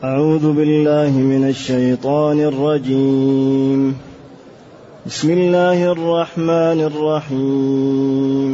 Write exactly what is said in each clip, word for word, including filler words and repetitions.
أعوذ بالله من الشيطان الرجيم. بسم الله الرحمن الرحيم.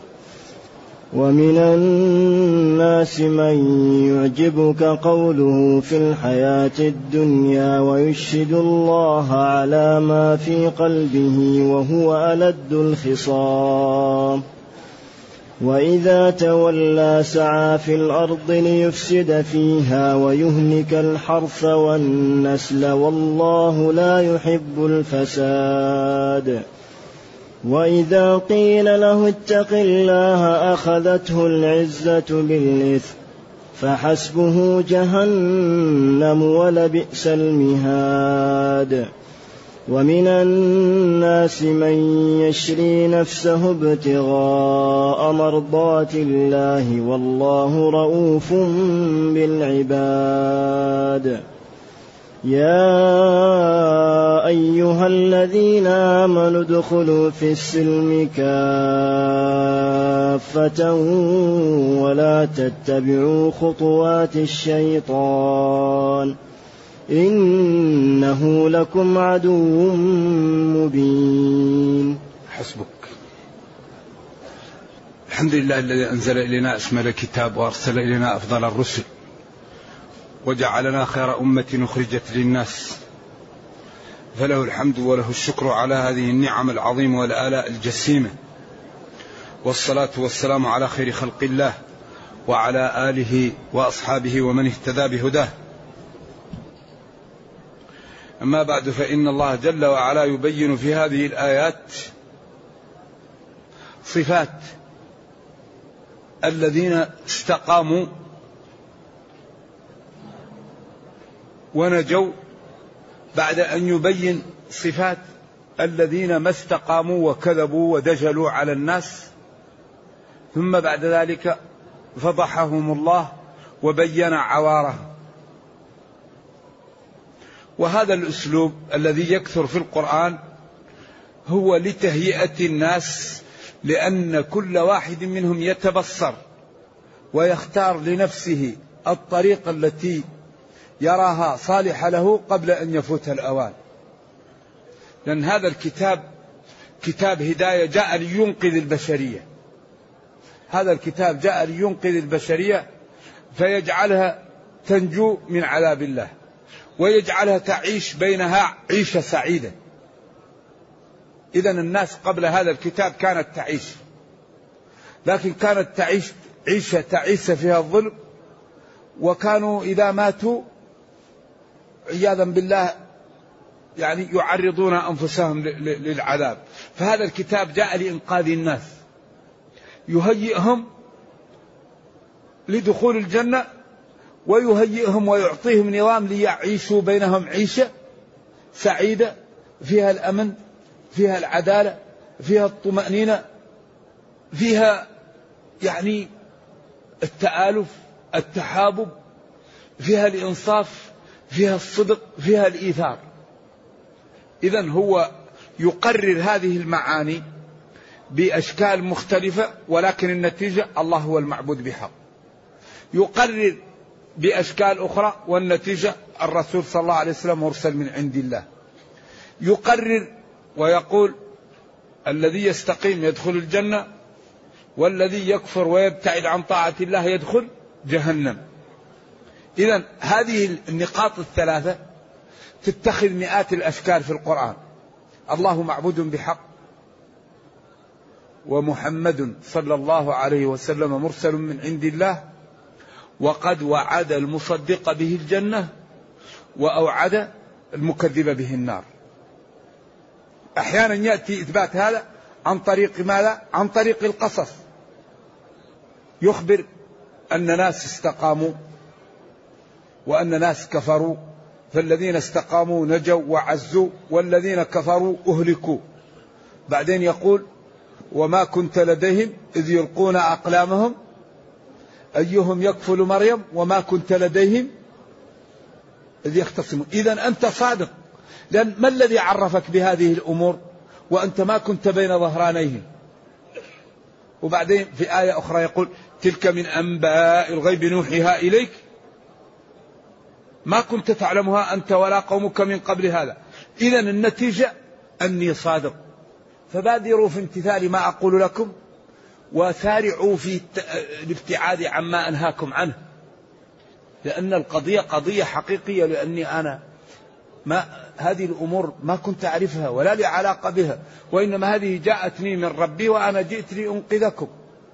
ومن الناس من يعجبك قوله في الحياة الدنيا ويشهد الله على ما في قلبه وهو ألد الخصام وإذا تولى سعى في الأرض ليفسد فيها ويهلك الحرث والنسل والله لا يحب الفساد. وإذا قيل له اتق الله أخذته العزة بالإثم فحسبه جهنم ولبئس المهاد. ومن الناس من يشري نفسه ابتغاء مرضات الله والله رؤوف بالعباد. يا أيها الذين آمنوا ادخلوا في السلم كافة ولا تتبعوا خطوات الشيطان إنه لكم عدو مبين. حسبك. الحمد لله الذي أنزل إلينا أشمل الكتاب وأرسل إلينا أفضل الرسل وجعلنا خير أمة أخرجت للناس، فله الحمد وله الشكر على هذه النعم العظيمة والآلاء الجسيمة، والصلاة والسلام على خير خلق الله وعلى آله وأصحابه ومن اهتدى بهداه. أما بعد، فإن الله جل وعلا يبين في هذه الآيات صفات الذين استقاموا ونجوا، بعد أن يبين صفات الذين ما استقاموا وكذبوا ودجلوا على الناس، ثم بعد ذلك فضحهم الله وبين عوارهم. وهذا الأسلوب الذي يكثر في القرآن هو لتهيئة الناس، لأن كل واحد منهم يتبصر ويختار لنفسه الطريقة التي يراها صالحة له قبل أن يفوت الأوان. لأن هذا الكتاب كتاب هداية جاء لينقذ البشرية، هذا الكتاب جاء لينقذ البشرية فيجعلها تنجو من عذاب الله ويجعلها تعيش بينها عيشة سعيدة. إذن الناس قبل هذا الكتاب كانت تعيش، لكن كانت تعيش عيشة تعيس فيها الظلم، وكانوا إذا ماتوا عياذا بالله يعني يعرضون أنفسهم للعذاب. فهذا الكتاب جاء لإنقاذ الناس، يهيئهم لدخول الجنة ويهيئهم ويعطيهم نظام ليعيشوا بينهم عيشة سعيدة فيها الأمن، فيها العدالة، فيها الطمأنينة، فيها يعني التآلف، التحابب، فيها الإنصاف، فيها الصدق، فيها الإيثار. إذن هو يقرر هذه المعاني بأشكال مختلفة، ولكن النتيجة الله هو المعبود بحق. يقرر بأشكال أخرى والنتيجة الرسول صلى الله عليه وسلم مرسل من عند الله. يقرر ويقول الذي يستقيم يدخل الجنة، والذي يكفر ويبتعد عن طاعة الله يدخل جهنم. إذن هذه النقاط الثلاثة تتخذ مئات الأشكال في القرآن. الله معبود بحق، ومحمد صلى الله عليه وسلم مرسل من عند الله، وقد وعد المصدق به الجنة وأوعد المكذب به النار. أحيانا يأتي إثبات هذا عن طريق ماذا؟ عن طريق القصص. يخبر أن ناس استقاموا وأن ناس كفروا، فالذين استقاموا نجوا وعزوا والذين كفروا أهلكوا. بعدين يقول وما كنت لديهم إذ يلقون أقلامهم أيهم يكفل مريم وما كنت لديهم إذ يختصمون. إذن أنت صادق، لأن ما الذي عرفك بهذه الأمور وأنت ما كنت بين ظهرانيهم؟ وبعدين في آية أخرى يقول تلك من أنباء الغيب نوحيها إليك ما كنت تعلمها أنت ولا قومك من قبل هذا. إذن النتيجة أني صادق. فبادروا في امتثال ما أقول لكم وسارعوا في الابتعاد عما أنهاكم عنه، لأن القضية قضية حقيقية، لأني أنا ما هذه الأمور ما كنت أعرفها ولا لي علاقة بها، وإنما هذه جاءتني من ربي وأنا جئت لأنقذكم.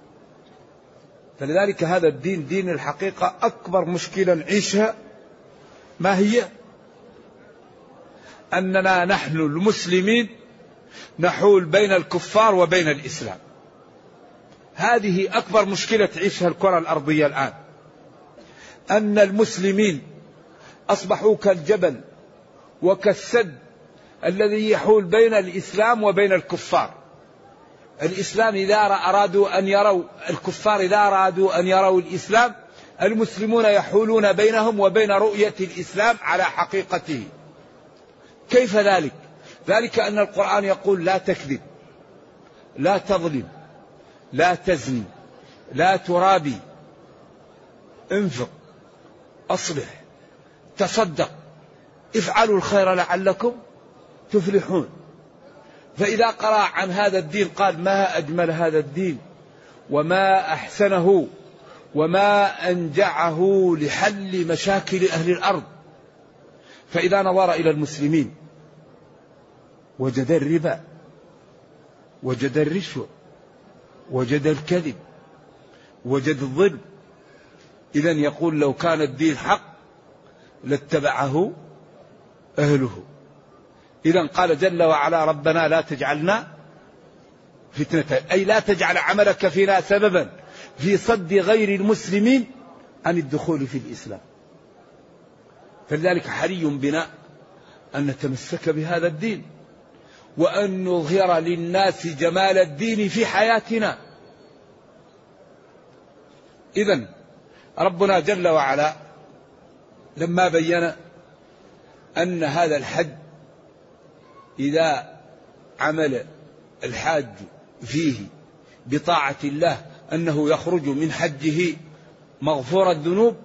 فلذلك هذا الدين دين الحقيقة. أكبر مشكلة نعيشها ما هي؟ أننا نحن المسلمين نحول بين الكفار وبين الإسلام. هذه أكبر مشكلة تعيشها الكرة الأرضية الآن، أن المسلمين أصبحوا كالجبل وكالسد الذي يحول بين الإسلام وبين الكفار. الإسلام إذا أرادوا أن يروا الكفار، إذا أرادوا أن يروا الإسلام، المسلمون يحولون بينهم وبين رؤية الإسلام على حقيقته. كيف ذلك؟ ذلك أن القرآن يقول لا تكذب، لا تظلم، لا تزني، لا ترابي، انفق، أصلح، تصدق، افعلوا الخير لعلكم تفلحون. فإذا قرأ عن هذا الدين قال ما أجمل هذا الدين وما أحسنه وما أنجعه لحل مشاكل أهل الأرض. فإذا نظر إلى المسلمين وجد الربا، وجد الرشوة، وجد الكذب، وجد الظلم. إذن يقول لو كان الدين حق لاتبعه أهله. إذن قال جل وعلا ربنا لا تجعلنا فتنة، أي لا تجعل عملك فينا سببا في صد غير المسلمين عن الدخول في الإسلام. فلذلك حري بنا أن نتمسك بهذا الدين وأن نظهر للناس جمال الدين في حياتنا. إذن ربنا جل وعلا لما بين أن هذا الحج إذا عمل الحاج فيه بطاعة الله أنه يخرج من حجه مغفور الذنوب،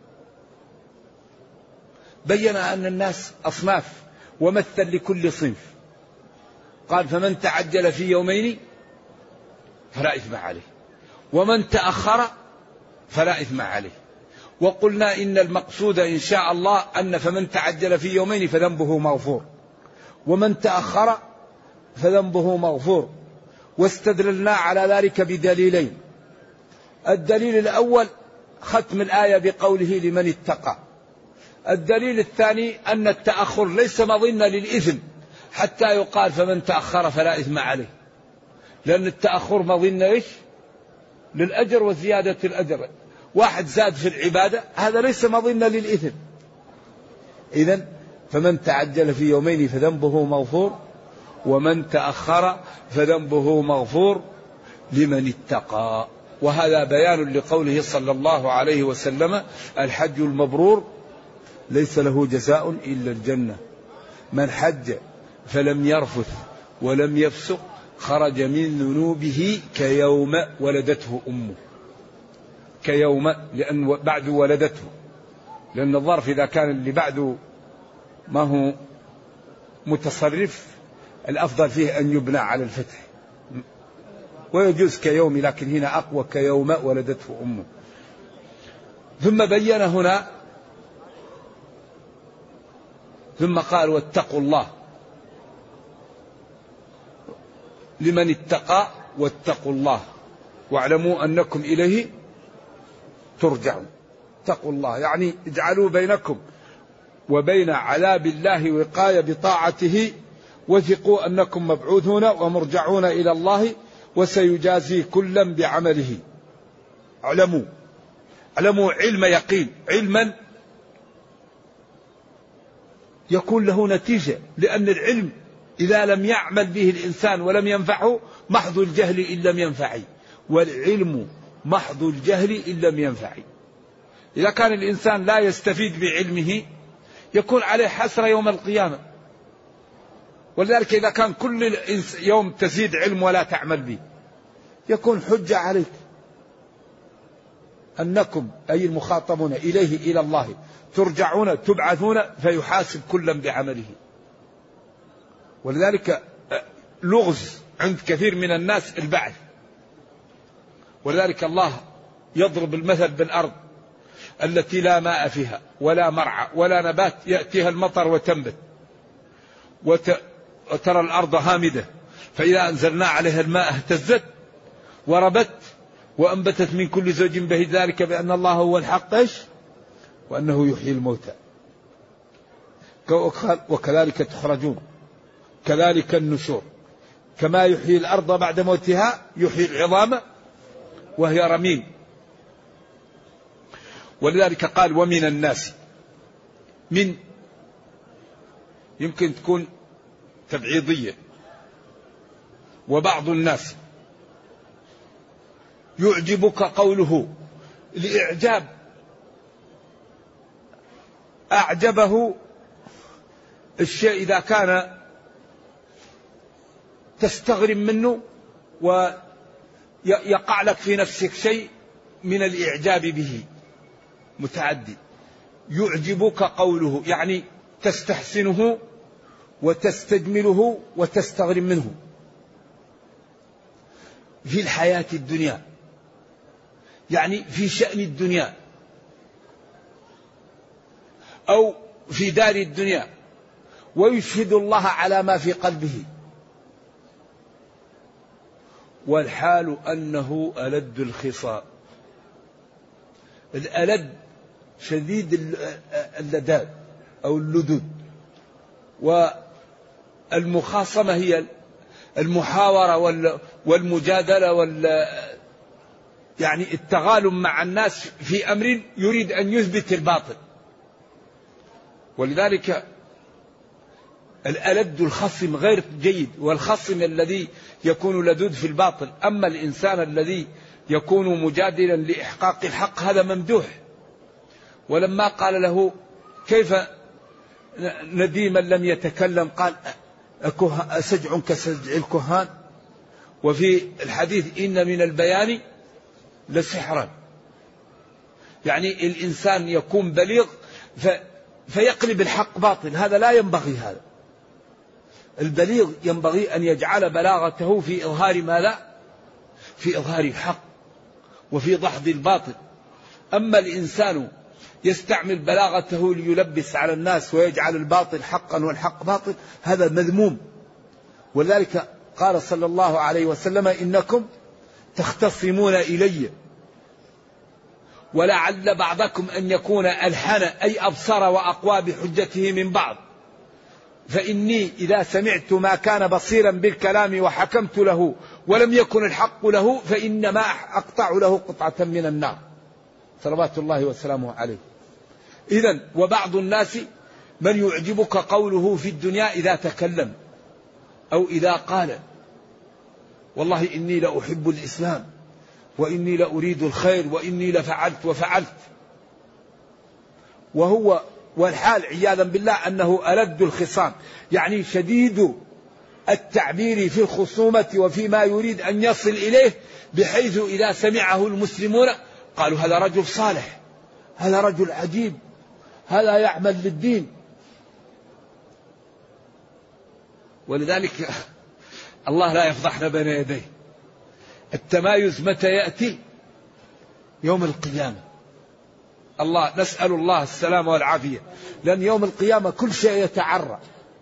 بين أن الناس أصناف ومثل لكل صنف. قال فمن تعجل في يومين فلا إثم عليه، ومن تأخر فلا إثم عليه. وقلنا إن المقصود إن شاء الله أن فمن تعجل في يومين فذنبه مغفور، ومن تأخر فذنبه مغفور. واستدللنا على ذلك بدليلين. الدليل الأول ختم الآية بقوله لمن اتقى. الدليل الثاني أن التأخر ليس مظنة للإثم حتى يقال فمن تأخر فلا إثم عليه، لأن التأخر مظنة إيش؟ للأجر وزيادة الأجر. واحد زاد في العبادة هذا ليس مظنة للإثم. إذن فمن تعجل في يومين فذنبه مغفور، ومن تأخر فذنبه مغفور لمن اتقى. وهذا بيان لقوله صلى الله عليه وسلم الحج المبرور ليس له جزاء إلا الجنة، من حج فلم يرفث ولم يفسق خرج من ذنوبه كيوم ولدته أمه. كيوم لأن بعد ولدته، لأن الظرف إذا كان اللي بعده ما هو متصرف الأفضل فيه أن يبنى على الفتح، ويجوز كيوم، لكن هنا أقوى كيوم ولدته أمه. ثم بين هنا ثم قال واتقوا الله لمن اتقى واتقوا الله واعلموا أنكم إليه ترجعون. اتقوا الله يعني اجعلوا بينكم وبين عذاب الله وقاية بطاعته، وثقوا أنكم مبعوثون ومرجعون إلى الله وسيجازي كلا بعمله. اعلموا، اعلموا علم يقين، علما يكون له نتيجة، لأن العلم إذا لم يعمل به الإنسان ولم ينفعه محض الجهل إن لم ينفع، والعلم محض الجهل إن لم ينفع. إذا كان الإنسان لا يستفيد بعلمه يكون عليه حسرة يوم القيامة. ولذلك إذا كان كل يوم تزيد علم ولا تعمل به يكون حجة عليك. أنكم أي المخاطبون إليه إلى الله ترجعون تبعثون فيحاسب كلا بعمله. ولذلك لغز عند كثير من الناس البعث. ولذلك الله يضرب المثل بالأرض التي لا ماء فيها ولا مرعى ولا نبات يأتيها المطر وتنبت، وترى الأرض هامدة فإذا أنزلنا عليها الماء اهتزت وربت وأنبتت من كل زوج بهيج، ذلك بأن الله هو الحق وأنه يحيي الموتى وكذلك تخرجون كذلك النشور، كما يحيي الأرض بعد موتها يحيي العظام وهي رميم. ولذلك قال ومن الناس، من يمكن تكون تبعيضية، وبعض الناس يعجبك قوله لإعجاب، أعجبه الشيء إذا كان تستغرب منه ويقع لك في نفسك شيء من الإعجاب به متعدي. يعجبك قوله يعني تستحسنه وتستجمله وتستغرب منه في الحياة الدنيا، يعني في شأن الدنيا أو في دار الدنيا، ويشهد الله على ما في قلبه، والحال أنه ألد الخصام. الألد شديد اللداد أو اللدود، والمخاصمة هي المحاورة والمجادلة وال يعني التغالب مع الناس في أمر يريد أن يثبت الباطل. ولذلك الألد الخصم غير جيد، والخصم الذي يكون لدود في الباطل. أما الإنسان الذي يكون مجادلا لإحقاق الحق هذا ممدوح. ولما قال له كيف نديما لم يتكلم قال أسجع كسجع الكهان، وفي الحديث إن من البيان لسحرا، يعني الإنسان يكون بليغ فيقلب الحق باطل، هذا لا ينبغي. هذا البليغ ينبغي أن يجعل بلاغته في إظهار ماذا؟ في إظهار الحق وفي دحض الباطل. أما الإنسان يستعمل بلاغته ليلبس على الناس ويجعل الباطل حقا والحق باطل، هذا مذموم. ولذلك قال صلى الله عليه وسلم إنكم تختصمون إلي ولعل بعضكم أن يكون ألحن أي أبصر وأقوى بحجته من بعض، فإني إذا سمعت ما كان بصيرا بالكلام وحكمت له ولم يكن الحق له فإنما أقطع له قطعة من النار، صلوات الله وسلامه عليه. إذن وبعض الناس من يعجبك قوله في الدنيا إذا تكلم أو إذا قال والله إني لأحب الإسلام وإني لأريد الخير وإني لفعلت وفعلت، وهو والحال عياذا بالله أنه ألد الخصام، يعني شديد التعبير في الخصومة وفيما يريد أن يصل إليه، بحيث إذا سمعه المسلمون قالوا هذا رجل صالح، هذا رجل عجيب، هذا يعمل للدين. ولذلك الله لا يفضحنا بين يديه. التمايز متى يأتي؟ يوم القيامة. الله نسأل الله السلامة والعافية، لأن يوم القيامة كل شيء يتعرى،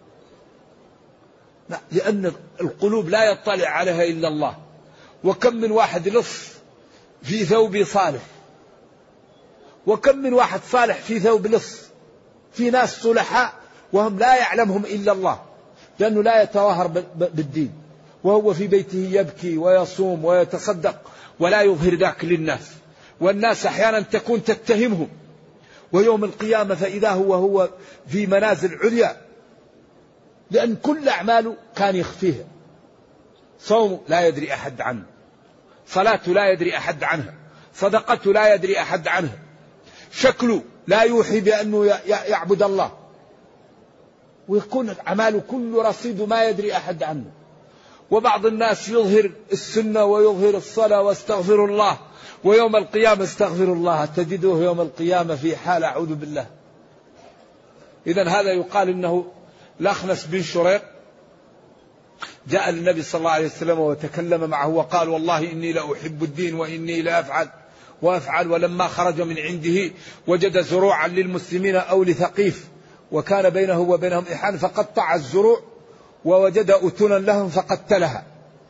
لأن القلوب لا يطلع عليها إلا الله. وكم من واحد لص في ثوب صالح، وكم من واحد صالح في ثوب لص. في ناس صلحاء وهم لا يعلمهم إلا الله، لأنه لا يتظاهر بالدين، وهو في بيته يبكي ويصوم ويتصدق ولا يظهر ذاك للناس، والناس أحيانا تكون تتهمهم، ويوم القيامة فإذا هو هو في منازل عليا، لأن كل أعماله كان يخفيها. صوم لا يدري أحد عنه، صلاة لا يدري أحد عنها، صدقة لا يدري أحد عنها، شكله لا يوحي بأنه يعبد الله، ويكون أعماله كل رصيد ما يدري أحد عنه. وبعض الناس يظهر السنة ويظهر الصلاة واستغفر الله، ويوم القيامة استغفر الله تجده يوم القيامة في حال أعوذ بالله. إذن هذا يقال إنه الأخنس بن شريق جاء للنبي صلى الله عليه وسلم وتكلم معه وقال والله إني لأحب الدين وإني لأفعل وأفعل، ولما خرج من عنده وجد زروعا للمسلمين أو لثقيف وكان بينه وبينهم إحان فقطع الزروع ووجد أتنا لهم فقتلها.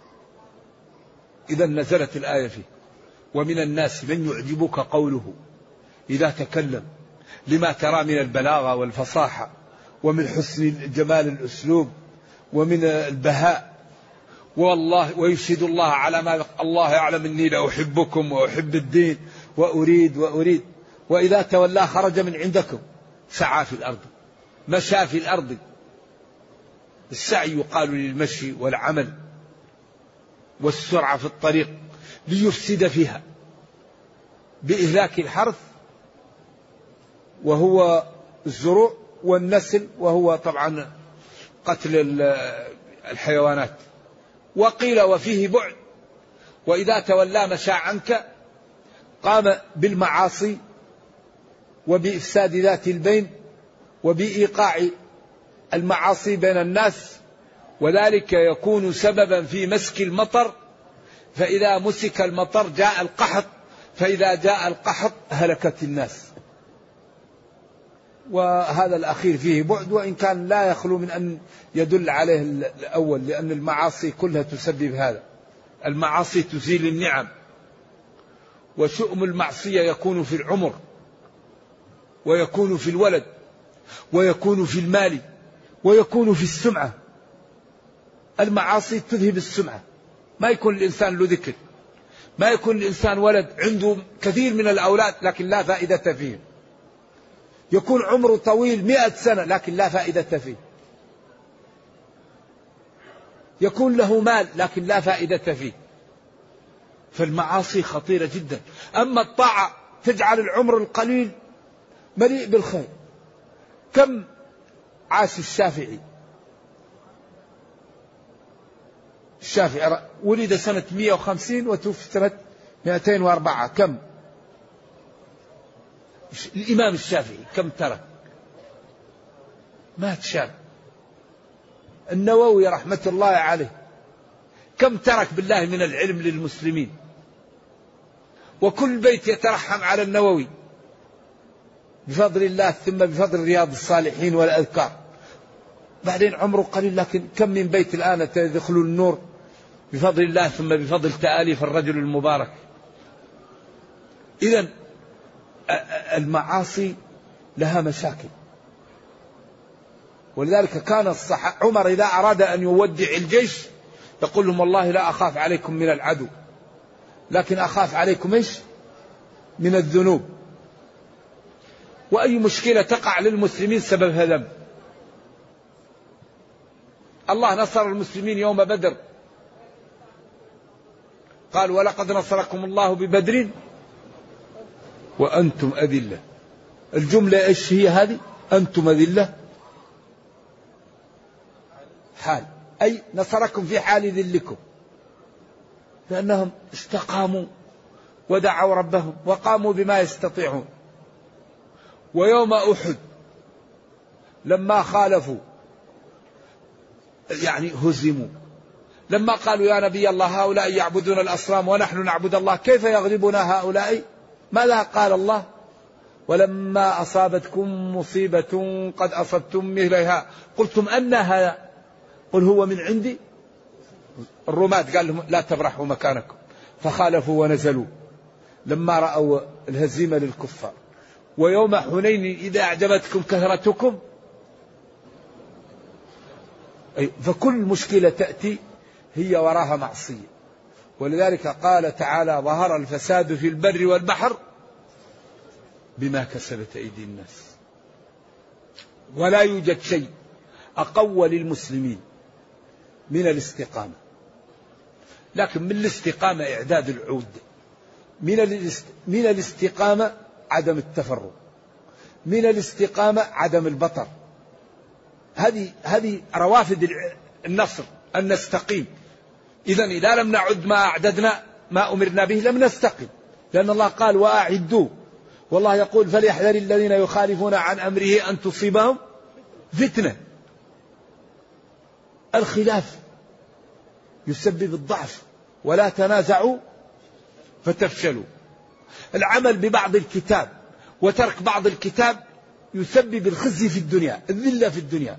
إذا نزلت الآية فيه: ومن الناس من يعجبك قوله إذا تكلم لما ترى من البلاغة والفصاحة ومن حسن جمال الأسلوب ومن البهاء، والله ويشهد الله على ما الله يعلم إني لأحبكم وأحب الدين وأريد وأريد، وإذا تولى خرج من عندكم سعى في الأرض مشى في الأرض. السعي يقال للمشي والعمل والسرعة في الطريق ليفسد فيها بإهلاك الحرث وهو الزروع، والنسل وهو طبعا قتل الحيوانات. وقيل وفيه بعد، وإذا تولى مشى عنك قام بالمعاصي وبإفساد ذات البين وبإيقاع المعاصي بين الناس، وذلك يكون سببا في مسك المطر، فإذا مسك المطر جاء القحط، فإذا جاء القحط هلكت الناس. وهذا الأخير فيه بعد، وإن كان لا يخلو من أن يدل عليه الأول، لأن المعاصي كلها تسبب هذا. المعاصي تزيل النعم، وشؤم المعصية يكون في العمر ويكون في الولد ويكون في المال ويكون في السمعة. المعاصي تذهب السمعة، ما يكون الإنسان له ذكر، ما يكون الإنسان ولد عنده كثير من الأولاد لكن لا فائدة فيهم، يكون عمره طويل مئة سنة لكن لا فائدة فيه، يكون له مال لكن لا فائدة فيه. فالمعاصي خطيرة جدا. أما الطاعة تجعل العمر القليل مليء بالخير. كم عاش الشافعي؟ الشافعي ولد سنة مئة وخمسين وتوفي سنة مئتين وأربعة. كم؟ الإمام الشافعي كم ترك؟ مات شاب. النووي رحمة الله عليه كم ترك بالله من العلم للمسلمين؟ وكل بيت يترحم على النووي بفضل الله، ثم بفضل رياض الصالحين والأذكار. بعدين عمره قليل لكن كم من بيت الآن يدخلون النور بفضل الله ثم بفضل تآليف الرجل المبارك. إذن المعاصي لها مشاكل، ولذلك كان الصح... عمر إذا أراد أن يودع الجيش يقول لهم والله لا أخاف عليكم من العدو، لكن أخاف عليكم إيش؟ من الذنوب. وأي مشكلة تقع للمسلمين سبب هذا. الله نصر المسلمين يوم بدر، قال ولقد نصركم الله ببدر وأنتم أذلة. الجملة إيش هي هذه؟ أنتم أذلة حال، أي نصركم في حال ذلكم، لأنهم استقاموا ودعوا ربهم وقاموا بما يستطيعون. ويوم أحد لما خالفوا يعني هزموا، لما قالوا يا نبي الله هؤلاء يعبدون الأصنام ونحن نعبد الله كيف يغلبنا هؤلاء؟ ماذا قال الله؟ ولما أصابتكم مصيبة قد أصبتم مثلها قلتم أن هذا قل هو من عندي. الرماة قال لهم لا تبرحوا مكانكم، فخالفوا ونزلوا لما رأوا الهزيمة للكفار. ويوم حنين إذا أعجبتكم كثرتكم. فكل مشكلة تأتي هي وراها معصية. ولذلك قال تعالى ظهر الفساد في البر والبحر بما كسبت أيدي الناس. ولا يوجد شيء أقوى للمسلمين من الاستقامة، لكن من الاستقامة إعداد العود، من الاستقامة عدم التفرق، من الاستقامة عدم البطر. هذه هذه روافد النصر، أن نستقيم إذن إذا لم نعد ما أعددنا ما أمرنا به لم نستقم، لأن الله قال وأعدوا، والله يقول فليحذر الذين يخالفون عن أمره أن تصيبهم فتنة. الخلاف يسبب الضعف، ولا تنازعوا فتفشلوا. العمل ببعض الكتاب وترك بعض الكتاب يسبب الخزي في الدنيا، الذلة في الدنيا.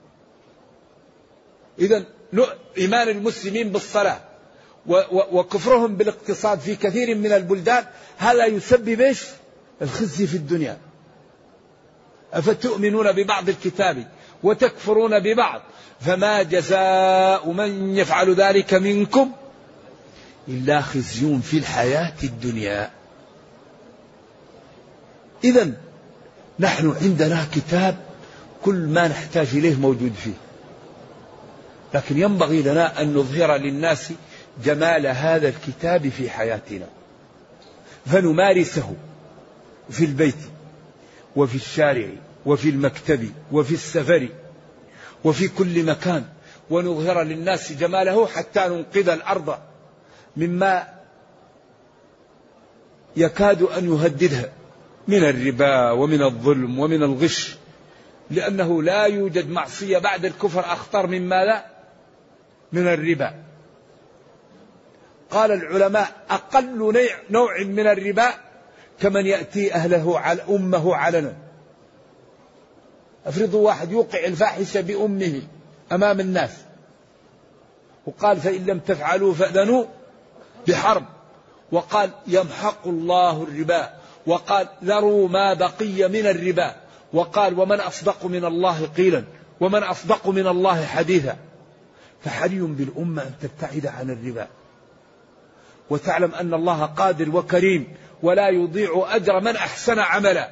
إذن إيمان المسلمين بالصلاة وكفرهم بالاقتصاد في كثير من البلدان هذا يسبب إيش؟ الخزي في الدنيا. أفتؤمنون ببعض الكتاب وتكفرون ببعض فما جزاء من يفعل ذلك منكم إلا خزي في الحياة الدنيا. إذن نحن عندنا كتاب كل ما نحتاج إليه موجود فيه، لكن ينبغي لنا أن نظهر للناس جمال هذا الكتاب في حياتنا، فنمارسه في البيت وفي الشارع وفي المكتب وفي السفر وفي كل مكان، ونظهر للناس جماله حتى ننقذ الأرض مما يكاد أن يهددها من الربا ومن الظلم ومن الغش، لأنه لا يوجد معصية بعد الكفر أخطر من ماذا؟ من الربا. قال العلماء أقل نوع من الربا كمن يأتي أهله على أمه علنا. افرضوا واحد يوقع الفاحشة بأمه أمام الناس، وقال فإن لم تفعلوا فأذنوا بحرب، وقال يمحق الله الربا، وقال ذروا ما بقي من الربا، وقال ومن أصدق من الله قيلا ومن أصدق من الله حديثا. فحري بالأمة أن تبتعد عن الربا، وتعلم أن الله قادر وكريم ولا يضيع أجر من أحسن عملا.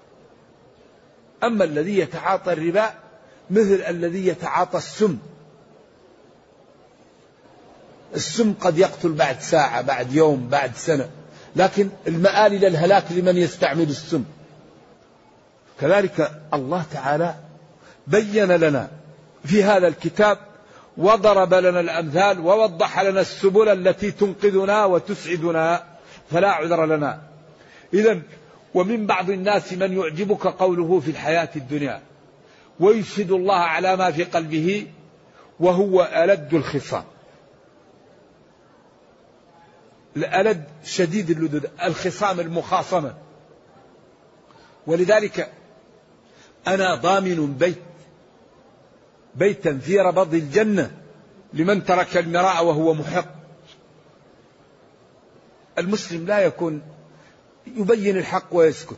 أما الذي يتعاطى الربا مثل الذي يتعاطى السم. السم قد يقتل بعد ساعة، بعد يوم، بعد سنة، لكن المآل إلى الهلاك لمن يستعمل السم. كذلك الله تعالى بين لنا في هذا الكتاب وضرب لنا الأمثال ووضح لنا السبل التي تنقذنا وتسعدنا، فلا عذر لنا. إذن ومن بعض الناس من يعجبك قوله في الحياة الدنيا ويشهد الله على ما في قلبه وهو ألد الخصام. الألد شديد اللدود، الخصام المخاصمة. ولذلك أنا ضامن بيت بيتا في ربض الجنة لمن ترك المراء وهو محق. المسلم لا يكون يبين الحق ويسكت،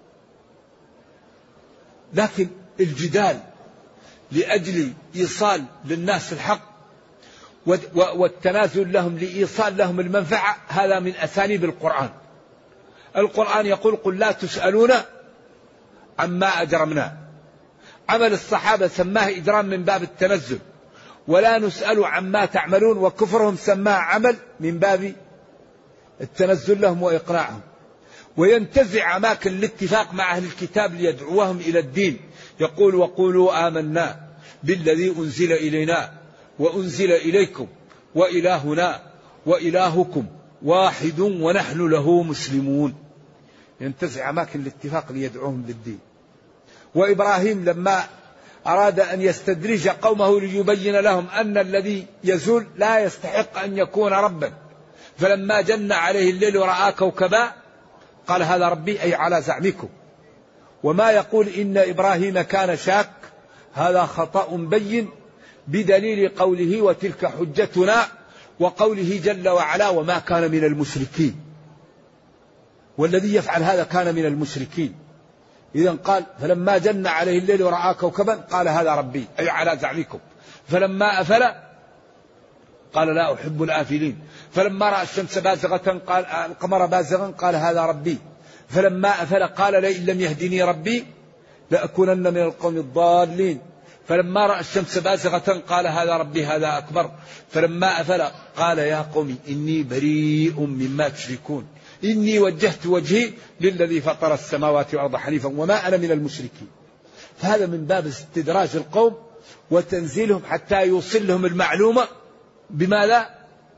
لكن الجدال لأجل إيصال للناس الحق والتنازل لهم لإيصال لهم المنفعة هذا من أساليب القرآن. القرآن يقول قل لا تسألون عما أجرمنا. عمل الصحابة سماه إجرام من باب التنزل، ولا نسأل عما تعملون، وكفرهم سماه عمل من باب التنزل لهم وإقناعهم. وينتزع أماكن الاتفاق مع أهل الكتاب ليدعوهم إلى الدين، يقول وقولوا آمنا بالذي أنزل إلينا وأنزل إليكم وإلهنا وإلهكم واحد ونحن له مسلمون. ينتزع أماكن الاتفاق ليدعوهم للدين. وإبراهيم لما أراد أن يستدرج قومه ليبين لهم أن الذي يزول لا يستحق أن يكون ربا، فلما جن عليه الليل ورأى كوكبا قال هذا ربي، أي على زعمكم. وما يقول إن إبراهيم كان شاك هذا خطأ بين بدليل قوله وتلك حجتنا، وقوله جل وعلا وما كان من المشركين. والذي يفعل هذا كان من المشركين. إذا قال فلما جن عليه الليل ورأى كوكبا قال هذا ربي، أي على زعمكم. فلما أفل قال لا أحب الآفلين. فلما رأى الشمس بازغة قال القمر بازغا قال هذا ربي. فلما أفل قال لئن لم يهدني ربي لأكونن من القوم الضالين. فلما رأى الشمس بازغة قال هذا ربي هذا أكبر. فلما أفل قال يا قوم إني بريء مما تشركون إني وجهت وجهي للذي فطر السماوات والأرض حنيفا وما أنا من المشركين. فهذا من باب استدراج القوم وتنزيلهم حتى يوصل لهم المعلومة بما لا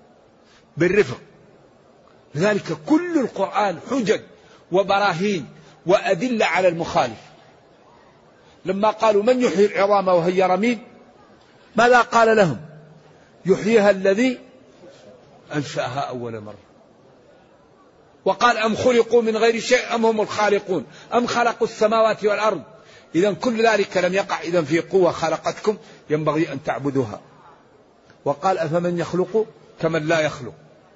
بالرفق. لذلك كل القرآن حجج وبراهين وأدلة على المخالف. لما قالوا من يحيي العظام وهي رميم ماذا قال لهم؟ يحييها الذي أنشأها أول مرة. وقال أم خلقوا من غير شيء أم هم الخالقون أم خلقوا السماوات والأرض. إذا كل ذلك لم يقع إذا في قوة خلقتكم ينبغي أن تعبدوها. وقال أفمن يخلق كمن لا يخلق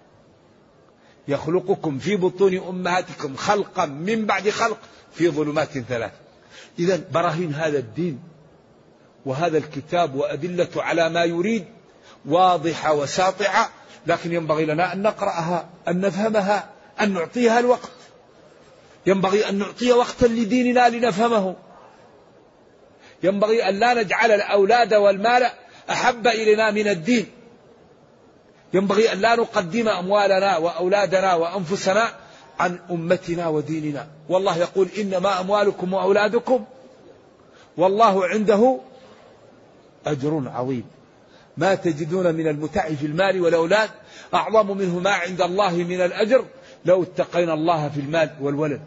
يخلقكم في بطون أمهاتكم خلقا من بعد خلق في ظلمات ثلاث. إذا براهين هذا الدين وهذا الكتاب وأدلة على ما يريد واضحة وساطعة، لكن ينبغي لنا أن نقرأها، أن نفهمها، أن نعطيها الوقت. ينبغي أن نعطي وقتا لديننا لنفهمه. ينبغي أن لا نجعل الأولاد والمال أحب إلينا من الدين. ينبغي أن لا نقدم أموالنا وأولادنا وأنفسنا عن أمتنا وديننا. والله يقول إنما أموالكم وأولادكم والله عنده أجر عظيم. ما تجدون من المتع في المال والأولاد أعظم منه ما عند الله من الأجر لو اتقينا الله في المال والولد.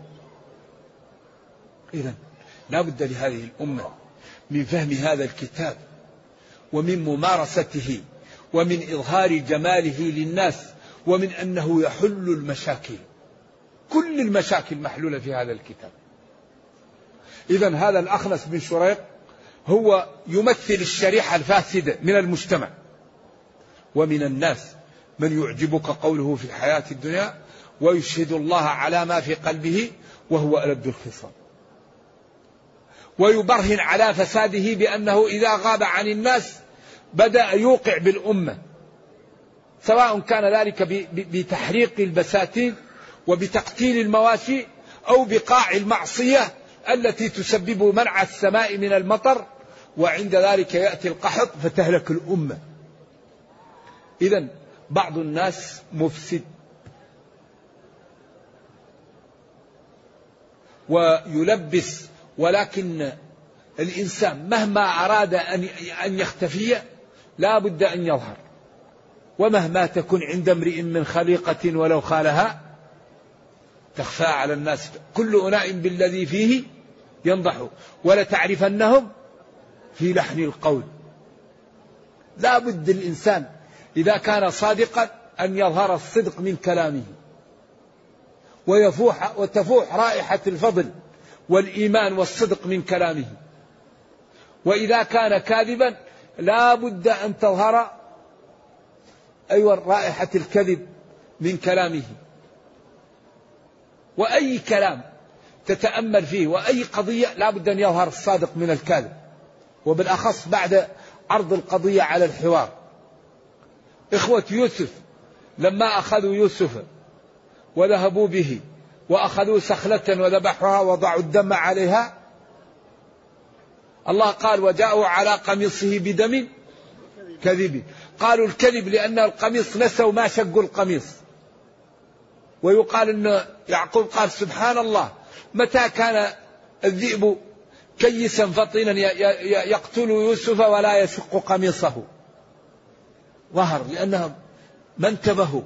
إذن لا بد لهذه الأمة من فهم هذا الكتاب ومن ممارسته ومن إظهار جماله للناس ومن أنه يحل المشاكل. كل المشاكل محلولة في هذا الكتاب. إذن هذا الأخنس بن شريق هو يمثل الشريحة الفاسدة من المجتمع. ومن الناس من يعجبك قوله في الحياة الدنيا ويشهد الله على ما في قلبه وهو ألد الخصام. ويبرهن على فساده بأنه إذا غاب عن الناس بدأ يوقع بالأمة، سواء كان ذلك بتحريق البساتين وبتقتيل المواشي أو بقاع المعصية التي تسبب منع السماء من المطر، وعند ذلك يأتي القحط فتهلك الأمة. إذن بعض الناس مفسد ويلبس، ولكن الإنسان مهما أراد أن يختفي لا بد أن يظهر. ومهما تكن عند امرئ من خليقة ولو خالها تخفى على الناس. كل أناء بالذي فيه ينضح ولتعرفنهم في لحن القول. لا بد الإنسان إذا كان صادقا أن يظهر الصدق من كلامه ويفوح وتفوح رائحة الفضل والإيمان والصدق من كلامه. وإذا كان كاذبا لا بد أن تظهر أيوة رائحة الكذب من كلامه. وأي كلام تتأمل فيه وأي قضية لا بد أن يظهر الصادق من الكاذب، وبالأخص بعد عرض القضية على الحوار. إخوة يوسف لما أخذوا يوسف وذهبوا به وأخذوا سخلة وذبحوها وضعوا الدم عليها، الله قال وجاءوا على قميصه بدم كذب. قالوا الكذب لأن القميص نسوا ما شقوا القميص. ويقال أن يعقوب قال سبحان الله متى كان الذئب كيسا فطينا يقتل يوسف ولا يشق قميصه. ظهر لأنهم ما انتبهوا.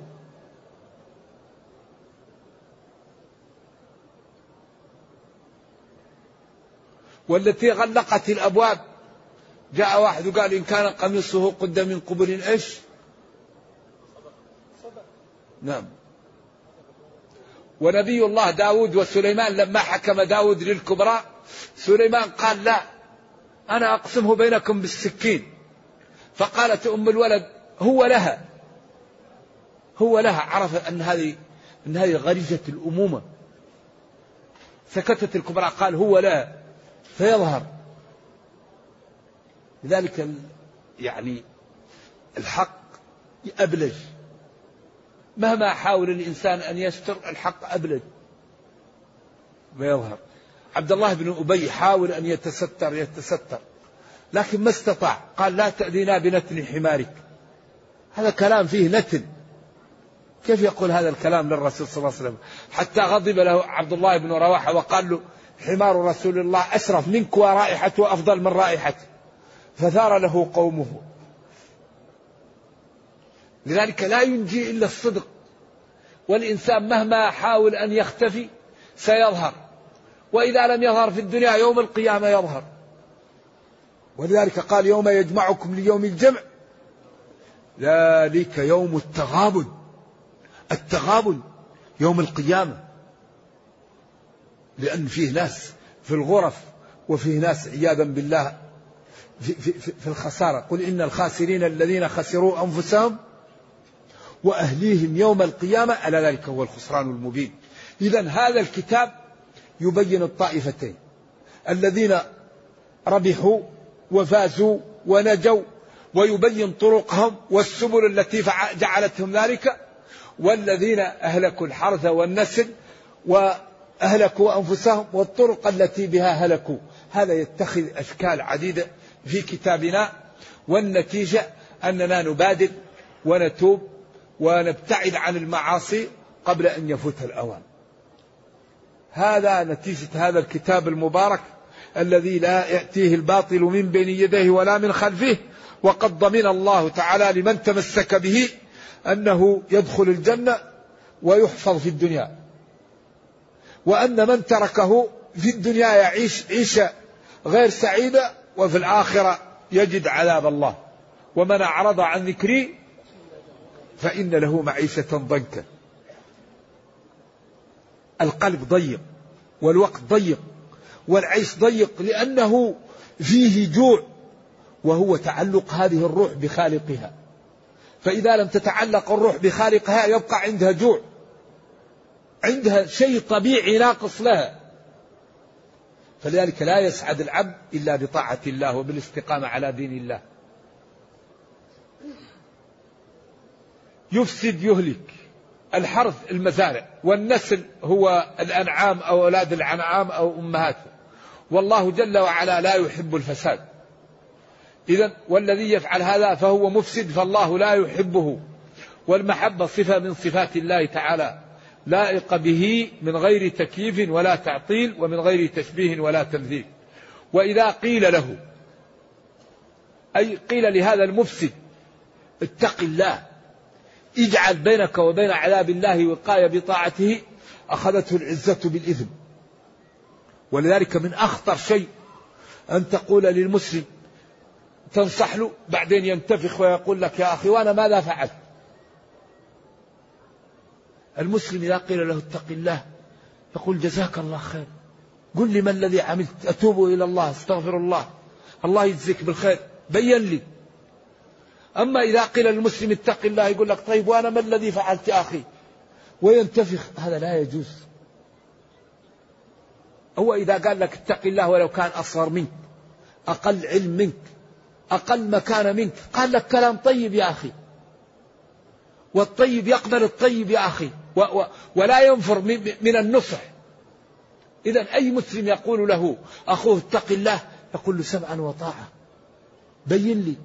والتي غلقت الأبواب جاء واحد وقال إن كان قميصه قد من قبل إيش؟ نعم. ونبي الله داود وسليمان لما حكم داود للكبرى سليمان قال لا أنا أقسمه بينكم بالسكين. فقالت أم الولد هو لها هو لها عرف أن هذه أن هذه غريزة الأمومة. سكتت الكبرى قال هو لها فيظهر. لذلك يعني الحق أبلج. مهما حاول الإنسان أن يستر الحق أبلج ويظهر. عبد الله بن أبي حاول أن يتستر يتستر لكن ما استطاع. قال لا تأذينا بنتن حمارك. هذا كلام فيه نتن. كيف يقول هذا الكلام للرسول صلى الله عليه وسلم؟ حتى غضب له عبد الله بن رواحة وقال له حمار رسول الله أشرف منك ورائحته أفضل من رائحته. فثار له قومه. لذلك لا ينجي إلا الصدق، والإنسان مهما حاول أن يختفي سيظهر، وإذا لم يظهر في الدنيا يوم القيامة يظهر. ولذلك قال يوم يجمعكم ليوم الجمع ذلك يوم التغابن. التغابن يوم القيامة، لأن فيه ناس في الغرف وفيه ناس عياذا بالله في, في, في الخسارة. قل إن الخاسرين الذين خسروا أنفسهم وأهليهم يوم القيامة ألا ذلك هو الخسران المبين. إذن هذا الكتاب يبين الطائفتين، الذين ربحوا وفازوا ونجوا، ويبين طرقهم والسبل التي جعلتهم ذلك، والذين أهلكوا الحرث والنسل وأهلكوا أنفسهم والطرق التي بها هلكوا. هذا يتخذ أشكال عديدة في كتابنا، والنتيجة أننا نبادر ونتوب ونبتعد عن المعاصي قبل أن يفوت الأوان. هذا نتيجة هذا الكتاب المبارك الذي لا يأتيه الباطل من بين يديه ولا من خلفه، وقد ضمن الله تعالى لمن تمسك به أنه يدخل الجنة ويحفظ في الدنيا، وأن من تركه في الدنيا يعيش عيشة غير سعيدة، وفي الآخرة يجد عذاب الله. ومن أعرض عن ذكري فإن له معيشة ضنكا. القلب ضيق والوقت ضيق والعيش ضيق، لأنه فيه جوع، وهو تعلق هذه الروح بخالقها. فإذا لم تتعلق الروح بخالقها يبقى عندها جوع، عندها شيء طبيعي ناقص لها. فلذلك لا يسعد العبد إلا بطاعة الله وبالاستقامة على دين الله. يفسد يهلك، الحرث المزارع، والنسل هو الأنعام أو أولاد الأنعام أو أمهاتها، والله جل وعلا لا يحب الفساد. إذن والذي يفعل هذا فهو مفسد، فالله لا يحبه. والمحبة صفة من صفات الله تعالى لائقة به من غير تكييف ولا تعطيل ومن غير تشبيه ولا تمثيل. وإذا قيل له، أي قيل لهذا المفسد اتق الله، اجعل بينك وبين عذاب الله وقاية بطاعته، أخذته العزة بالإثم. ولذلك من أخطر شيء أن تقول للمسلم تنصح له بعدين ينتفخ ويقول لك يا أخي وأنا ماذا فعلت. المسلم إذا قيل له اتق الله يقول جزاك الله خير، قل لي ما الذي عملت، أتوب إلى الله، استغفر الله، الله يجزيك بالخير، بين لي. أما إذا قيل للمسلم اتق الله يقول لك طيب وأنا ما الذي فعلت يا أخي، وينتفخ، هذا لا يجوز. هو إذا قال لك اتق الله ولو كان أصغر منك، أقل علم منك، أقل مكان منك، قال لك كلام طيب يا أخي، والطيب يقبل الطيب يا أخي، و و ولا ينفر من النصح. إذن أي مسلم يقول له أخوه اتق الله يقول له سمعا وطاعة، بين لي.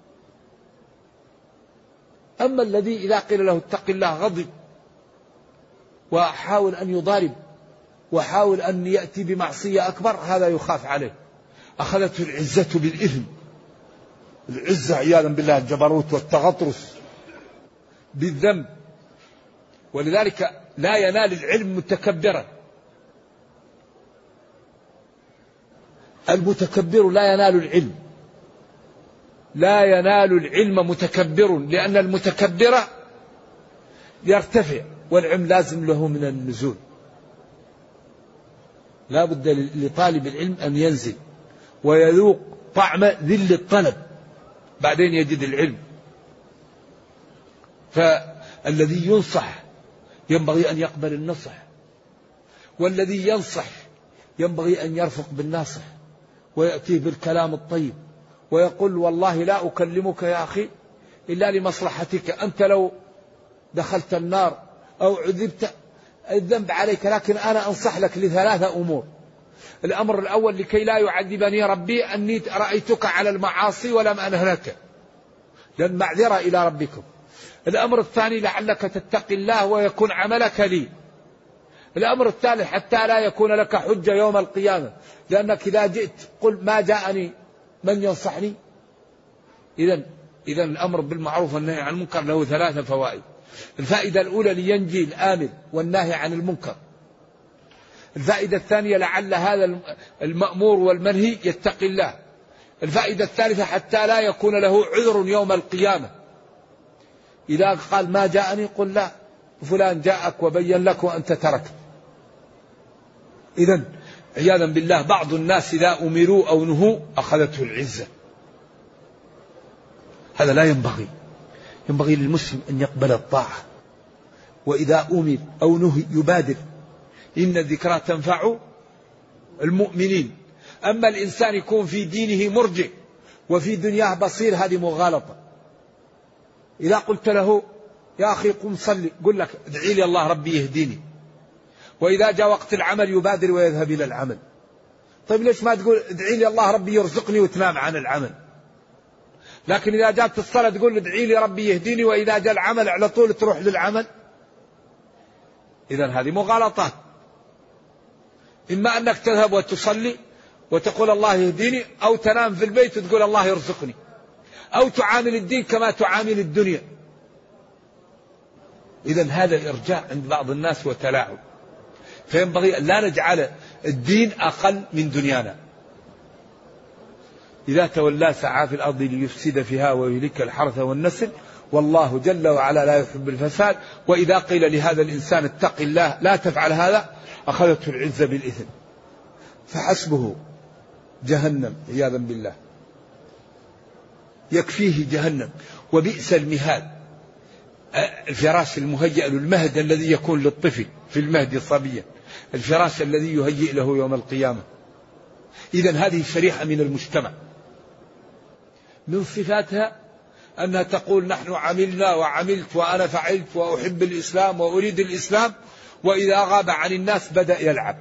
أما الذي إذا قيل له اتق الله غضب وحاول أن يضارب وحاول أن يأتي بمعصية أكبر، هذا يخاف عليه، أخذته العزة بالإثم. العزة عياذا بالله الجبروت والتغطرس بالذنب. ولذلك لا ينال العلم متكبرا، المتكبر لا ينال العلم، لا ينال العلم متكبر، لأن المتكبر يرتفع والعلم لازم له من النزول. لا بد لطالب العلم أن ينزل ويذوق طعم ذل الطلب بعدين يجد العلم. فالذي ينصح ينبغي أن يقبل النصح، والذي ينصح ينبغي أن يرفق بالناصح ويأتيه بالكلام الطيب ويقول والله لا أكلمك يا أخي إلا لمصلحتك، أنت لو دخلت النار أو عذبت الذنب عليك، لكن أنا أنصح لك لثلاثة أمور. الأمر الأول لكي لا يعذبني ربي أني رأيتك على المعاصي ولم أنهلك، لأن معذرة إلى ربكم. الأمر الثاني لعلك تتقي الله ويكون عملك لي. الأمر الثالث حتى لا يكون لك حجة يوم القيامة، لأنك إذا جئت قل ما جاءني من ينصحني. إذن إذا الأمر بالمعروف والنهي عن المنكر له ثلاثة فوائد. الفائدة الأولى لينجي الآمر والناهي عن المنكر. الفائدة الثانية لعل هذا المأمور والمنهي يتقي الله. الفائدة الثالثة حتى لا يكون له عذر يوم القيامة، إذا قال ما جاءني قل لا فلان جاءك وبين لك وأنت تركت. إذن عياذا بالله بعض الناس إذا أمروا أو نهوا أخذته العزة، هذا لا ينبغي. ينبغي للمسلم أن يقبل الطاعة، وإذا أمر أو نهي يبادر، إن الذكرى تنفع المؤمنين. أما الإنسان يكون في دينه مرجع وفي دنياه بصير، هذه مغالطة. إذا قلت له يا أخي قم صلي، قل لك ادعي لي الله ربي يهديني، وإذا جاء وقت العمل يبادر ويذهب إلى العمل. طيب ليش ما تقول ادعي لي الله ربي يرزقني وتنام عن العمل؟ لكن إذا جاءت الصلاة تقول ادعي لي ربي يهديني، وإذا جاء العمل على طول تروح للعمل. إذن هذه مغالطات. إما أنك تذهب وتصلي وتقول الله يهديني، أو تنام في البيت وتقول الله يرزقني، أو تعامل الدين كما تعامل الدنيا. إذن هذا إرجاع عند بعض الناس وتلاعب. فينبغي أن لا نجعل الدين أقل من دنيانا. إذا تولى سعى في الأرض ليفسد فيها ويهلك الحرث والنسل، والله جل وعلا لا يحب الفساد. وإذا قيل لهذا الإنسان اتق الله لا تفعل هذا، أخذته العزة بالإثم، فحسبه جهنم عياذا بالله، يكفيه جهنم وبئس المهاد. الفراش المهيأ للمهد الذي يكون للطفل في المهد صبيا، الفراش الذي يهيئ له يوم القيامة. إذن هذه شريحة من المجتمع. من صفاتها أنها تقول نحن عملنا وعملت وأنا فعلت وأحب الإسلام وأريد الإسلام، وإذا غاب عن الناس بدأ يلعب.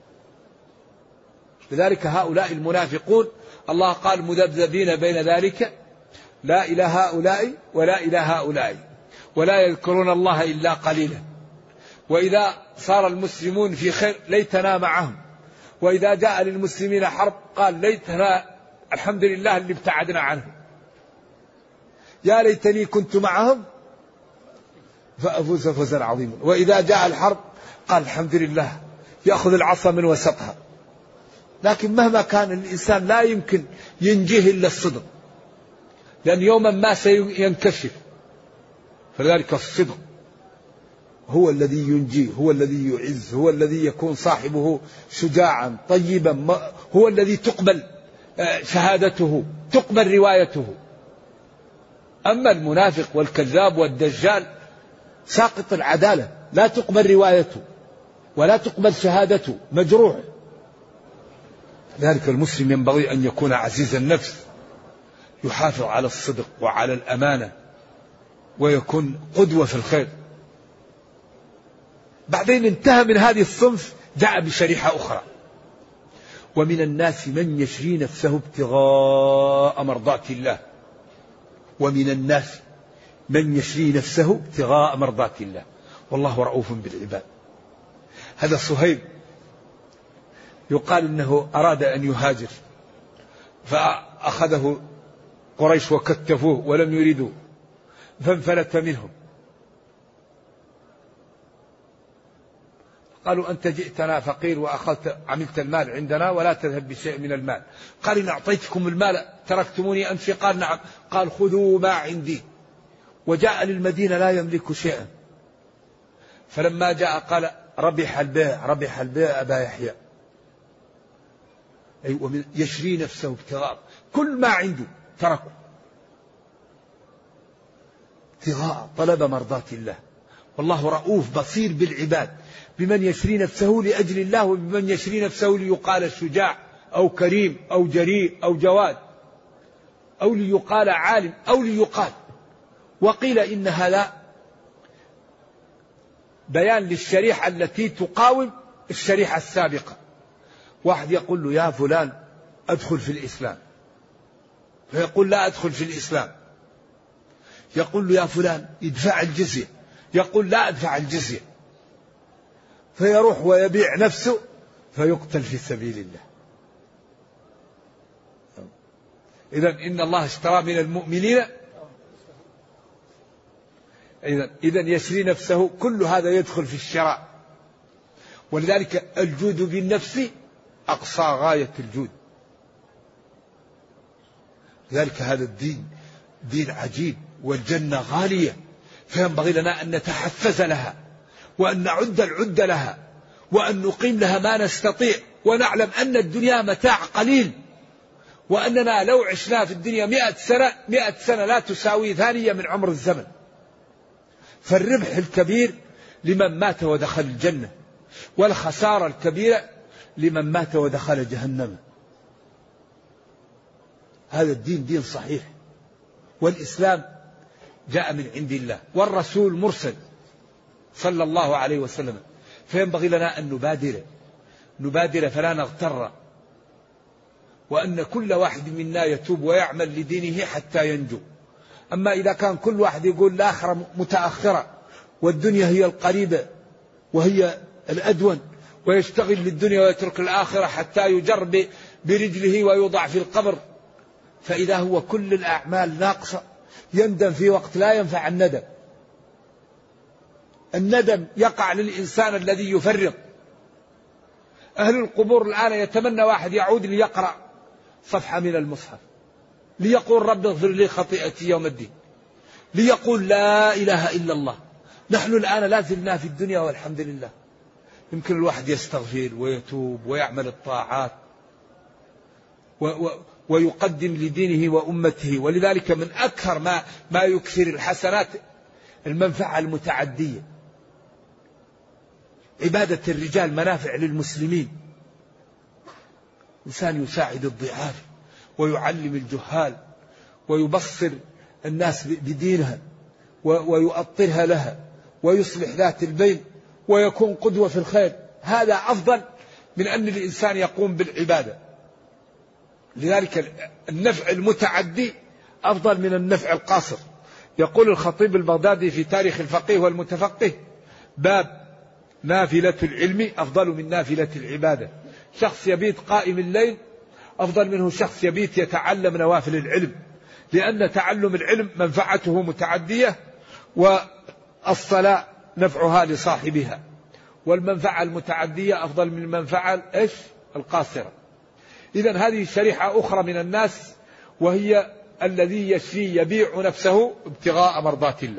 لذلك هؤلاء المنافقون الله قال مذبذبين بين ذلك، لا إلى هؤلاء ولا إلى هؤلاء، ولا يذكرون الله إلا قليلا. وإذا صار المسلمون في خير ليتنا معهم، وإذا جاء للمسلمين حرب قال ليتنا الحمد لله اللي ابتعدنا عنه، يا ليتني كنت معهم فأفوز فوزا عظيما. وإذا جاء الحرب قال الحمد لله يأخذ العصا من وسطها. لكن مهما كان الإنسان لا يمكن ينجيه إلا الصدق، لأن يوما ما سينكشف. فلذلك الصدق هو الذي ينجيه، هو الذي يعز، هو الذي يكون صاحبه شجاعا طيبا، هو الذي تقبل شهادته، تقبل روايته. أما المنافق والكذاب والدجال ساقط العدالة، لا تقبل روايته ولا تقبل شهادته، مجروح. ذلك المسلم ينبغي أن يكون عزيز النفس، يحافظ على الصدق وعلى الأمانة، ويكون قدوة في الخير. بعدين انتهى من هذه الصنف، جاء بشريحة أخرى: ومن الناس من يشري نفسه ابتغاء مرضات الله. ومن الناس من يشري نفسه ابتغاء مرضات الله والله رؤوف بالعباد. هذا صهيب يقال إنه أراد أن يهاجر، فأخذه قريش وكتفوه ولم يريدوا، فانفلت منهم. قالوا أنت جئتنا فقير وأخذت عملت المال عندنا ولا تذهب بشيء من المال. قال إن أعطيتكم المال تركتموني أمشي؟ قال نعم. قال خذوا ما عندي. وجاء للمدينة لا يملك شيئا، فلما جاء قال ربح البيع ربح البيع أبا يحيى. أي ومن يشري نفسه ابتغاء، كل ما عنده تركه ابتغاء طلب مرضات الله. والله رؤوف بصير بالعباد، بمن يشري نفسه لأجل الله، وبمن يشري نفسه ليقال شجاع أو كريم أو جريء أو جواد، أو ليقال عالم أو ليقال. وقيل إن هذا بيان للشريحة التي تقاوم الشريحة السابقة. واحد يقول له يا فلان أدخل في الإسلام، فيقول لا أدخل في الإسلام. يقول له يا فلان ادفع الجزية، يقول لا أدفع الجزية. فيروح ويبيع نفسه فيقتل في سبيل الله. إذن إن الله اشترى من المؤمنين إذا يشري نفسه، كل هذا يدخل في الشراء. ولذلك الجود بالنفس أقصى غاية الجود. لذلك هذا الدين دين عجيب، والجنة غالية، فينبغي لنا أن نتحفز لها، وأن نعد العد لها، وأن نقيم لها ما نستطيع، ونعلم أن الدنيا متاع قليل، وأننا لو عشنا في الدنيا مئة سنة مئة سنة لا تساوي ثانية من عمر الزمن. فالربح الكبير لمن مات ودخل الجنة، والخسارة الكبيرة لمن مات ودخل جهنم. هذا الدين دين صحيح، والإسلام جاء من عند الله، والرسول مرسل صلى الله عليه وسلم. فينبغي لنا أن نبادر نبادر فلا نغتر، وأن كل واحد منا يتوب ويعمل لدينه حتى ينجو. أما إذا كان كل واحد يقول الآخرة متأخرة والدنيا هي القريبة وهي الأدون، ويشتغل للدنيا ويترك الآخرة حتى يجر برجله ويوضع في القبر، فإذا هو كل الأعمال ناقصة يندم في وقت لا ينفع الندم. الندم يقع للإنسان الذي يفرط. أهل القبور الآن يتمنى واحد يعود ليقرأ صفحة من المصحف، ليقول رب اغفر لي خطيئتي يوم الدين، ليقول لا إله إلا الله. نحن الآن لا زلنا في الدنيا والحمد لله. يمكن الواحد يستغفر ويتوب ويعمل الطاعات و و ويقدم لدينه وأمته. ولذلك من أكثر ما, ما يكثر الحسنات المنفعة المتعدية. عبادة الرجال منافع للمسلمين، إنسان يساعد الضعاف ويعلم الجهال ويبصر الناس بدينها ويؤطرها لها ويصلح ذات البين ويكون قدوة في الخير، هذا أفضل من أن الإنسان يقوم بالعبادة. لذلك النفع المتعدي أفضل من النفع القاصر. يقول الخطيب البغدادي في تاريخ الفقيه والمتفقه: باب نافلة العلم أفضل من نافلة العبادة. شخص يبيت قائم الليل أفضل منه شخص يبيت يتعلم نوافل العلم، لأن تعلم العلم منفعته متعدية، والصلاة نفعها لصاحبها، والمنفعة المتعدية أفضل من المنفعة إيش القاصرة. إذن هذه شريحة أخرى من الناس، وهي الذي يشري يبيع نفسه ابتغاء مرضات الله،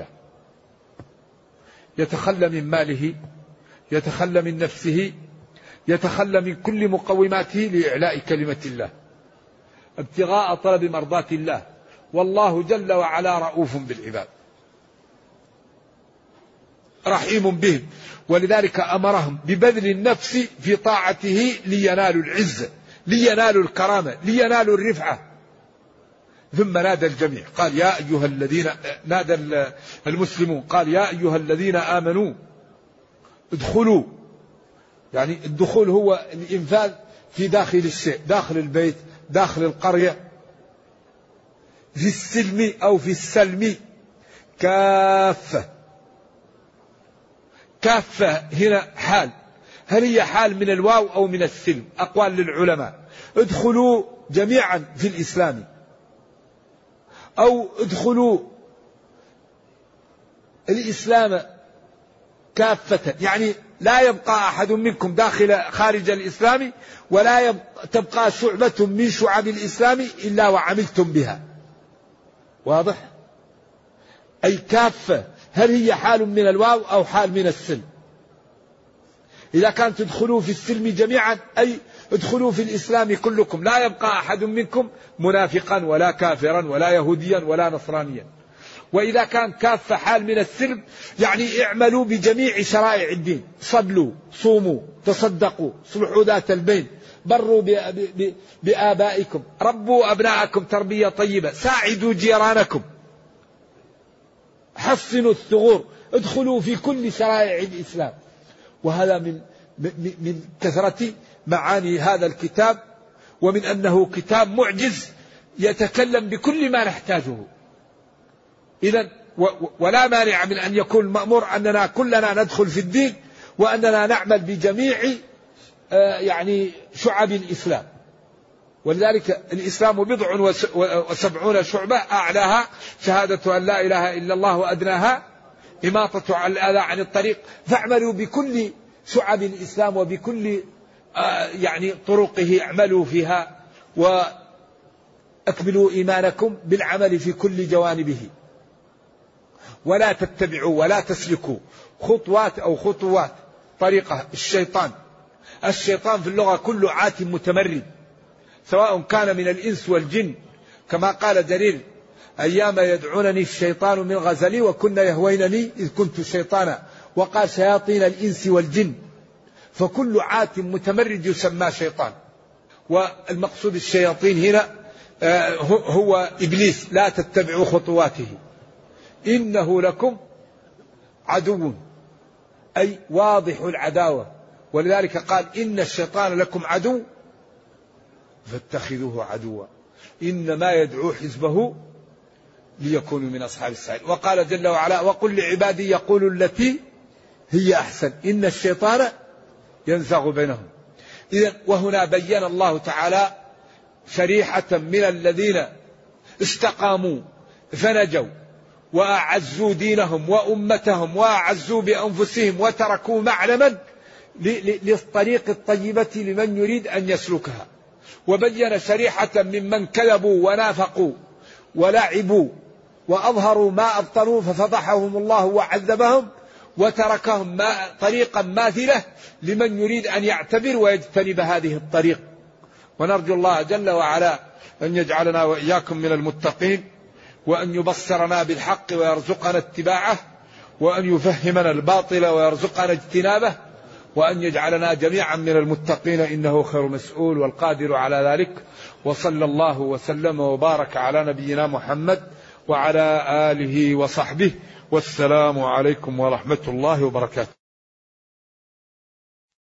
يتخلى من ماله، يتخلى من نفسه، يتخلى من كل مقوماته لإعلاء كلمة الله، ابتغاء طلب مرضات الله. والله جل وعلا رؤوف بالعباد رحيم بهم، ولذلك أمرهم ببذل النفس في طاعته لينالوا العزة، لينالوا الكرامة، لينالوا الرفعة. ثم نادى الجميع قال يا أيها الذين، نادى المسلمون قال يا أيها الذين آمنوا ادخلوا، يعني الدخول هو الإنفاذ في داخل الشيء، داخل البيت، داخل القرية، في السلم أو في السلم كافة. كافة هنا حال، هل هي حال من الواو أو من السلم؟ أقوال للعلماء. ادخلوا جميعا في الإسلام، أو ادخلوا الإسلام كافة، يعني لا يبقى أحد منكم داخل خارج الإسلام، ولا تبقى شعبة من شعب الإسلام إلا وعملتم بها. واضح؟ أي كافة، هل هي حال من الواو أو حال من السلم؟ إذا كانت تدخلوا في السلم جميعا أي ادخلوا في الإسلام كلكم، لا يبقى أحد منكم منافقا ولا كافرا ولا يهوديا ولا نصرانيا. وإذا كان كافة حال من السلم يعني اعملوا بجميع شرائع الدين، صلوا، صوموا، تصدقوا، صلحوا ذات البين، بروا بآبائكم، ربوا أبناءكم تربية طيبة، ساعدوا جيرانكم، حصنوا الثغور، ادخلوا في كل شرائع الإسلام. وهذا من من كثرة معاني هذا الكتاب، ومن أنه كتاب معجز يتكلم بكل ما نحتاجه. إذن ولا مانع من أن يكون مأمور أننا كلنا ندخل في الدين، وأننا نعمل بجميع يعني شعب الإسلام. ولذلك الإسلام بضع وسبعون شعبة، أعلاها شهادة أن لا إله إلا الله، وأدناها إماطة الأذى عن الطريق، فاعملوا بكل شعب الإسلام وبكل آه يعني طرقه، اعملوا فيها وأكملوا إيمانكم بالعمل في كل جوانبه، ولا تتبعوا ولا تسلكوا خطوات أو خطوات طريقة الشيطان. الشيطان في اللغة كل عات متمرد، سواء كان من الإنس والجن، كما قال جرير: أيام يدعونني الشيطان من غزلي وكنا يهوينني إذ كنت شيطانا، وقال شياطين الإنس والجن، فكل عات متمرد يسمى شيطان. والمقصود الشياطين هنا هو إبليس، لا تتبعوا خطواته إنه لكم عدو، أي واضح العداوة، ولذلك قال: إن الشيطان لكم عدو فاتخذوه عدوا إنما يدعو حزبه ليكونوا من أصحاب السعير. وقال جل وعلا: وقل لعبادي يقولوا التي هي أحسن إن الشيطان ينزغ بينهم. إذن وهنا بين الله تعالى شريحة من الذين استقاموا فنجوا وأعزوا دينهم وأمتهم وأعزوا بأنفسهم وتركوا معلما للطريق الطيبة لمن يريد أن يسلكها، وبين شريحة ممن كذبوا ونافقوا ولعبوا وأظهروا ما أبطلوا ففضحهم الله وعذبهم، وتركهم ما طريقا ماثلة لمن يريد أن يعتبر ويجتنب هذه الطريق. ونرجو الله جل وعلا أن يجعلنا وإياكم من المتقين، وأن يبصرنا بالحق ويرزقنا اتباعه، وأن يفهمنا الباطل ويرزقنا اجتنابه، وأن يجعلنا جميعا من المتقين إنه خير مسؤول والقادر على ذلك. وصلى الله وسلم وبارك على نبينا محمد وعلى آله وصحبه، والسلام عليكم ورحمة الله وبركاته.